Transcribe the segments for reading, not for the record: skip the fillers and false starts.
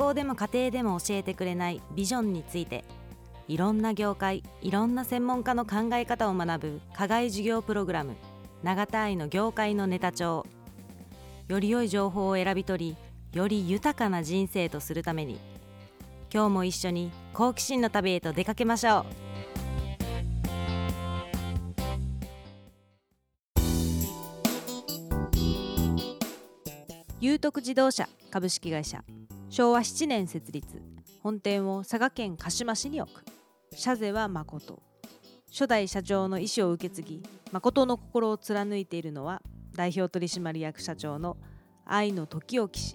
校でも家庭でも教えてくれないビジョンについて、いろんな業界、いろんな専門家の考え方を学ぶ課外授業プログラム、永田愛の業界のネタ帳。より良い情報を選び取り、より豊かな人生とするために、今日も一緒に好奇心の旅へと出かけましょう。裕徳自動車株式会社、昭和7年設立、本店を佐賀県鹿島市に置く。社是は誠。初代社長の意思を受け継ぎ、誠の心を貫いているのは代表取締役社長の愛野時興氏。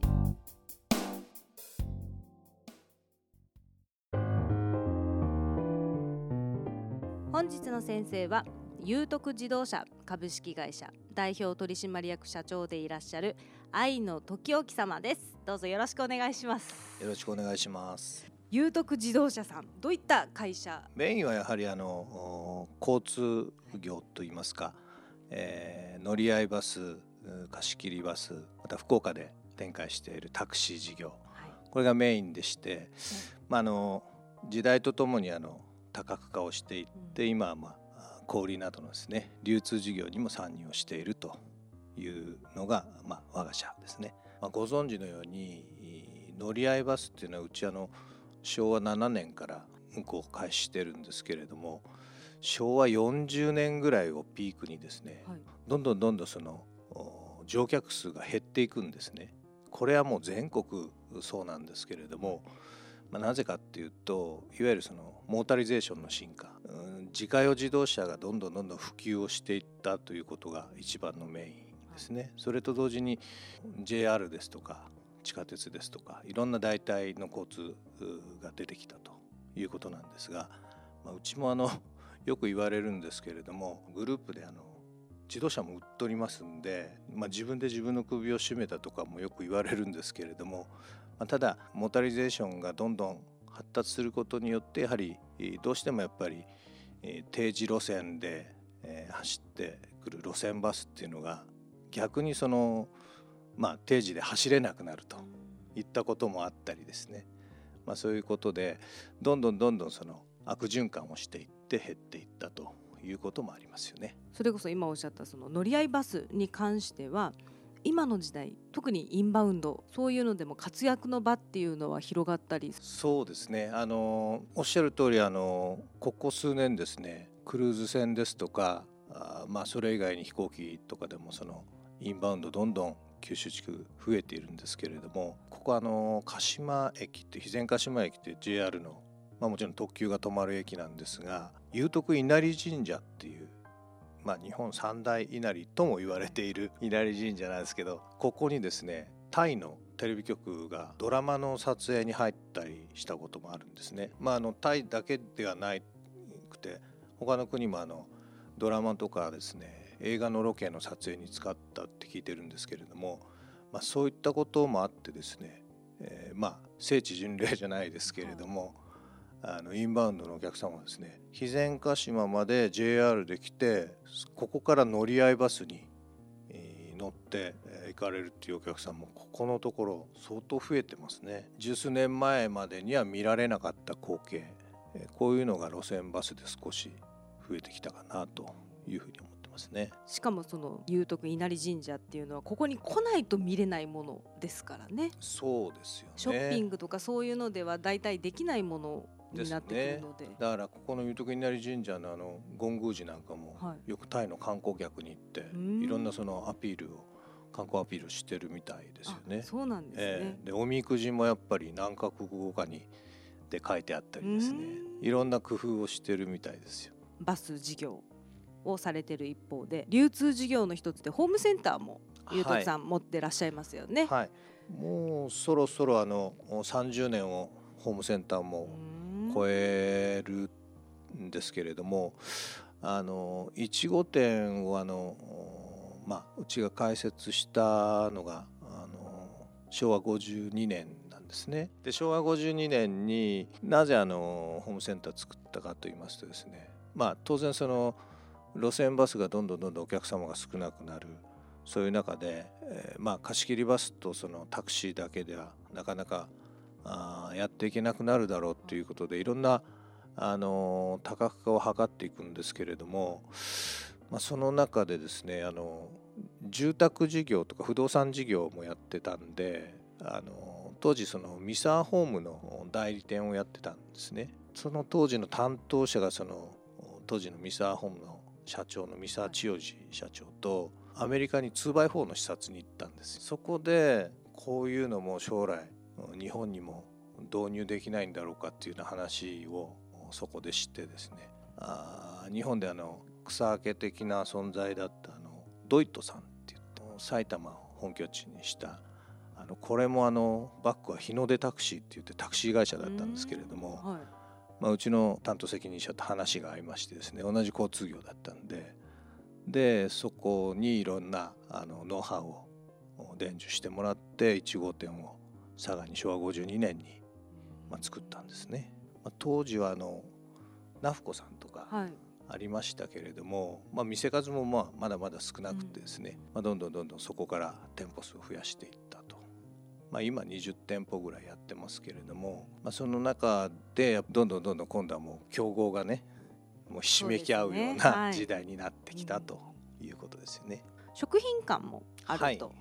本日の先生は裕徳自動車株式会社代表取締役社長でいらっしゃる愛野時興様です。どうぞよろしくお願いします。 よろしくお願いします。 裕徳自動車さん、どういった会社？ メインはやはり交通業といいますか、乗り合いバス、貸し切りバス、また福岡で展開しているタクシー事業、これがメインでして、時代とともに多角化をしていって、今は小売などのですね、流通事業にも参入をしているというのが、我が社ですね。ご存知のように乗り合いバスっていうのはうち昭和7年から運行を開始してるんですけれども、昭和40年ぐらいをピークにですね、どんどんその乗客数が減っていくんですね。これはもう全国そうなんですけれども、なぜかっていうと、いわゆるそのモータリゼーションの進化、自家用自動車がどんどん普及をしていったということが一番のメインですね。それと同時に JR ですとか地下鉄ですとか、いろんな代替の交通が出てきたということなんですが、うちもよく言われるんですけれども、グループで自動車も売っておりますんで、自分で自分の首を絞めたとかもよく言われるんですけれども、ただモータリゼーションがどんどん発達することによって、やはりどうしてもやっぱり定時路線で走ってくる路線バスっていうのが逆に定時で走れなくなるといったこともあったりですね、そういうことでどんどんその悪循環をしていって減っていったということもありますよね。 それこそ今おっしゃったその乗り合いバスに関しては、今の時代特にインバウンド、そういうのでも活躍の場っていうのは広がったり。 そうですね、おっしゃる通りここ数年ですね、クルーズ船ですとかそれ以外に飛行機とかでもそのインバウンドどんどん九州地区増えているんですけれども、ここ鹿島駅って、肥前鹿島駅って JR の、もちろん特急が止まる駅なんですが、裕徳稲荷神社っていう、日本三大稲荷とも言われている稲荷神社なんですけど、ここにですね、タイのテレビ局がドラマの撮影に入ったりしたこともあるんですね。タイだけではなくて、他の国もドラマとかですね、映画のロケの撮影に使ったって聞いてるんですけれども、そういったこともあってですね、聖地巡礼じゃないですけれども、インバウンドのお客様はですね、肥前鹿島まで JR で来て、ここから乗り合いバスに乗って行かれるっていうお客さんもここのところ相当増えてますね。十数年前までには見られなかった光景、こういうのが路線バスで少し増えてきたかなというふうに思ってますね。 しかもその裕徳稲荷神社っていうのはここに来ないと見れないものですからね。 そうですよね。 ショッピングとかそういうのでは大体できないものになってくるので、 だからここの裕徳稲荷神社の権宮寺なんかも、よくタイの観光客に行っていろんなその観光アピールしてるみたいですよね。 そうなんですね。 でおみくじもやっぱり何カ国語かにで書いてあったりですね、いろんな工夫をしてるみたいですよ。 バス事業をされてる一方で、流通事業の一つでホームセンターも裕徳さん持ってらっしゃいますよね。 もうそろそろ30年をホームセンターも超えるんですけれども、1号店をうちが開設したのが昭和52年なんですね。で昭和52年になぜホームセンター作ったかと言いますとですね、当然その路線バスがどんどんお客様が少なくなる、そういう中で、貸し切りバスとそのタクシーだけではなかなかやっていけなくなるだろうということでいろんな多角化を図っていくんですけれども、その中でですね住宅事業とか不動産事業もやってたんで当時その三沢ホームの代理店をやってたんですね。その当時の担当者がその当時の三沢ホームの社長の三沢千代治社長とアメリカに 2x4 の視察に行ったんです。そこでこういうのも将来日本にも導入できないんだろうかっていうような話をそこで知ってですね、日本で草分け的な存在だったドイトさんっていう埼玉を本拠地にしたこれもバックは日の出タクシーって言ってタクシー会社だったんですけれども、うちの担当責任者と話が合いましてですね、同じ交通業だったんでそこにいろんなノウハウを伝授してもらって1号店を佐賀に昭和52年に作ったんですね。当時はナフコさんとかありましたけれども、店数もまだまだ少なくてですね、どんどんそこから店舗数を増やしていったと。今20店舗ぐらいやってますけれども、その中でどんどん今度はもう競合がねもうひしめき合うような時代になってきたということですよね。 食品館もあると。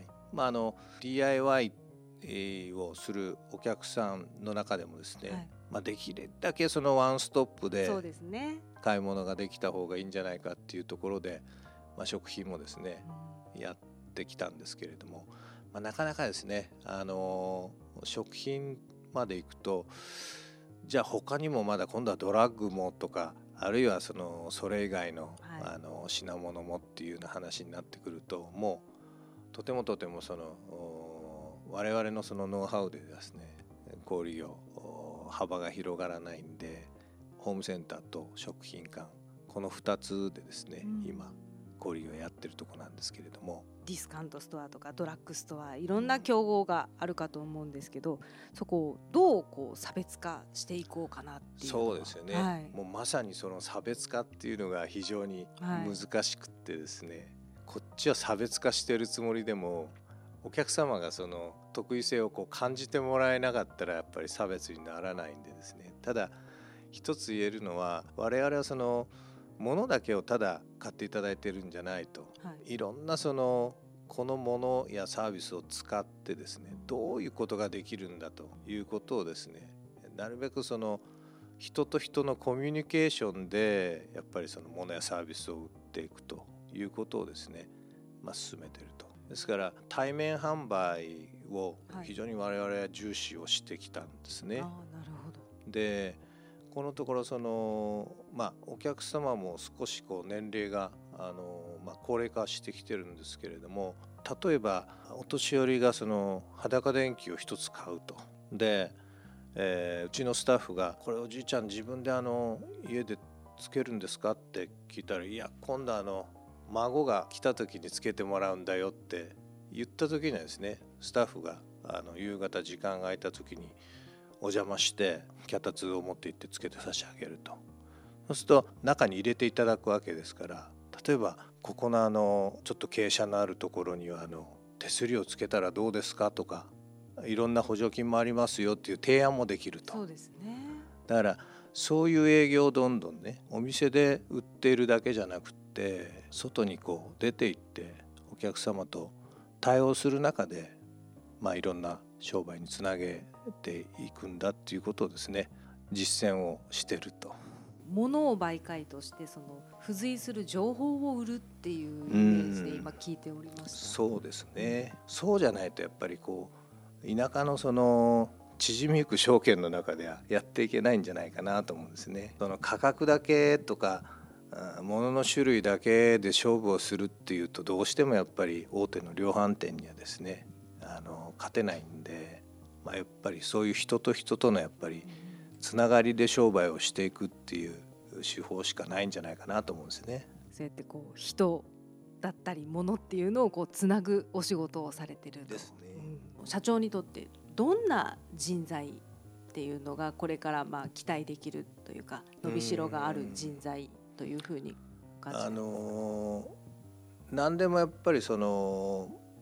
DIY をするお客さんの中でもですね、できるだけそのワンストップで買い物ができた方がいいんじゃないかっていうところで、食品もですねやってきたんですけれども、なかなかですね食品までいくとじゃあ他にもまだ今度はドラッグもとかあるいはそれ以外の、品物もっていうような話になってくるともうとても我々のそのノウハウでですね小売業幅が広がらないんでホームセンターと食品館この2つでですね、今小売業やってるとこなんですけれども、 ディスカウントストアとかドラッグストアいろんな競合があるかと思うんですけど、そこをどう差別化していこうかなっていうのは。 そうですよね、もうまさにその差別化っていうのが非常に難しくってですね、こっちは差別化してるつもりでもお客様がその得意性を感じてもらえなかったらやっぱり差別にならないんでですね、ただ一つ言えるのは我々はその物だけをただ買っていただいてるんじゃないと、いろんなこの物やサービスを使ってですねどういうことができるんだということをですねなるべく人と人のコミュニケーションでやっぱり物やサービスを売っていくということをですね、進めていると。ですから対面販売を非常に我々は重視をしてきたんですね。 なるほど。 でこのところお客様も少し年齢が高齢化してきてるんですけれども、例えばお年寄りが裸電球を一つ買うとで、うちのスタッフがこれおじいちゃん自分で家でつけるんですかって聞いたら、いや今度孫が来た時につけてもらうんだよって言った時にはですね、スタッフが夕方時間が空いた時にお邪魔して脚立を持って行ってつけて差し上げると。そうすると中に入れていただくわけですから、例えばここのちょっと傾斜のあるところには手すりをつけたらどうですかとか、いろんな補助金もありますよっていう提案もできると。 そうですね。 だからそういう営業をどんどんねお店で売っているだけじゃなくて外に出て行ってお客様と対応する中でいろんな商売につなげていくんだっていうことをですね実践をしていると。 物を媒介として付随する情報を売るっていうイメージで今聞いておりました。 そうですね。そうじゃないとやっぱり田舎の縮みゆく証券の中ではやっていけないんじゃないかなと思うんですね。価格だけとか物の種類だけで勝負をするっていうとどうしてもやっぱり大手の量販店にはですね勝てないんで、やっぱりそういう人と人とのやっぱりつながりで商売をしていくっていう手法しかないんじゃないかなと思うんですね。 そうやって人だったり物っていうのをつなぐお仕事をされてるですね。 社長にとってどんな人材っていうのがこれから期待できるというか伸びしろがある人材というふうに感じますか？ 何でもやっぱり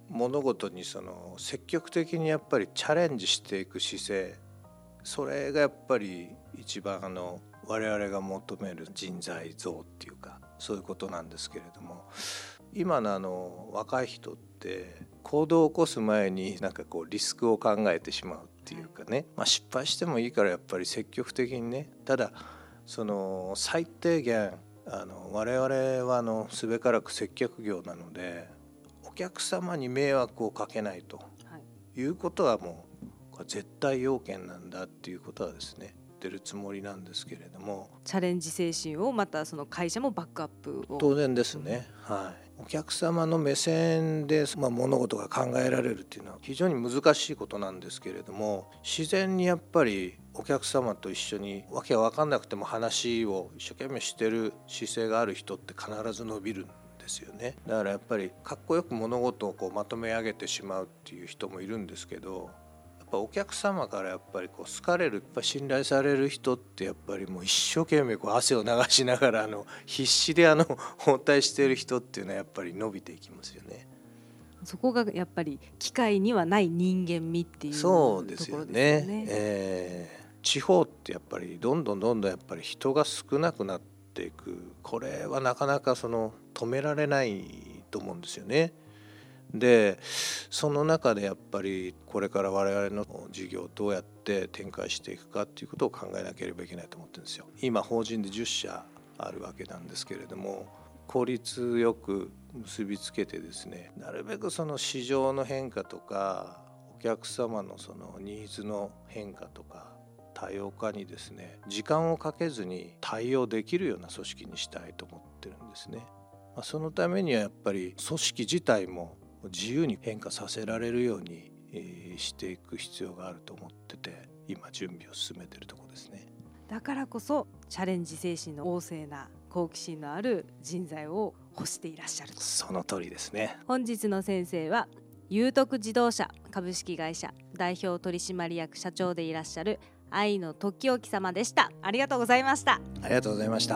物事に積極的にやっぱりチャレンジしていく姿勢、それがやっぱり一番我々が求める人材像っていうか、そういうことなんですけれども、今の若い人って行動を起こす前にリスクを考えてしまうっていうかね、失敗してもいいからやっぱり積極的にね、ただ最低限我々はすべからく接客業なので、お客様に迷惑をかけないということはもう絶対要件なんだっていうことはですね、言ってるつもりなんですけれども、 チャレンジ精神をまた会社もバックアップを当然ですね、お客様の目線で、物事が考えられるっていうのは非常に難しいことなんですけれども、自然にやっぱりお客様と一緒にわけが分かんなくても話を一生懸命してる姿勢がある人って必ず伸びるんですよね。だからやっぱりかっこよく物事をまとめ上げてしまうっていう人もいるんですけど、やっぱお客様からやっぱり好かれる、やっぱ信頼される人ってやっぱりもう一生懸命汗を流しながら必死で応対している人っていうのはやっぱり伸びていきますよね。 そこがやっぱり機械にはない人間味っていうところですよね。そうですよね。 地方ってやっぱりどんどんやっぱり人が少なくなっていく、これはなかなか止められないと思うんですよね。でその中でやっぱりこれから我々の事業をどうやって展開していくかっていうことを考えなければいけないと思ってるんですよ。今法人で10社あるわけなんですけれども、効率よく結びつけてですね、なるべく市場の変化とかお客様のニーズの変化とか多様化にですね、時間をかけずに対応できるような組織にしたいと思ってるんですね。そのためにはやっぱり組織自体も自由に変化させられるようにしていく必要があると思ってて、今準備を進めているところですね。 だからこそチャレンジ精神の旺盛な好奇心のある人材を欲していらっしゃると。 その通りですね。 本日の先生は裕徳自動車株式会社代表取締役社長でいらっしゃる愛野時興様でした。ありがとうございました。 ありがとうございました。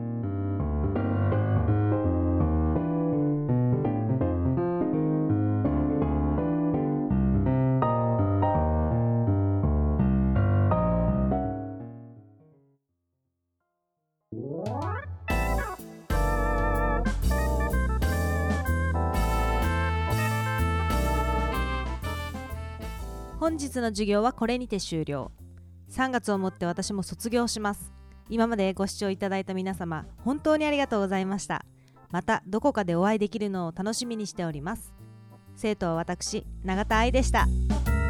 本日の授業はこれにて終了。3月をもって私も卒業します。今までご視聴いただいた皆様、本当にありがとうございました。またどこかでお会いできるのを楽しみにしております。生徒は私、永田愛でした。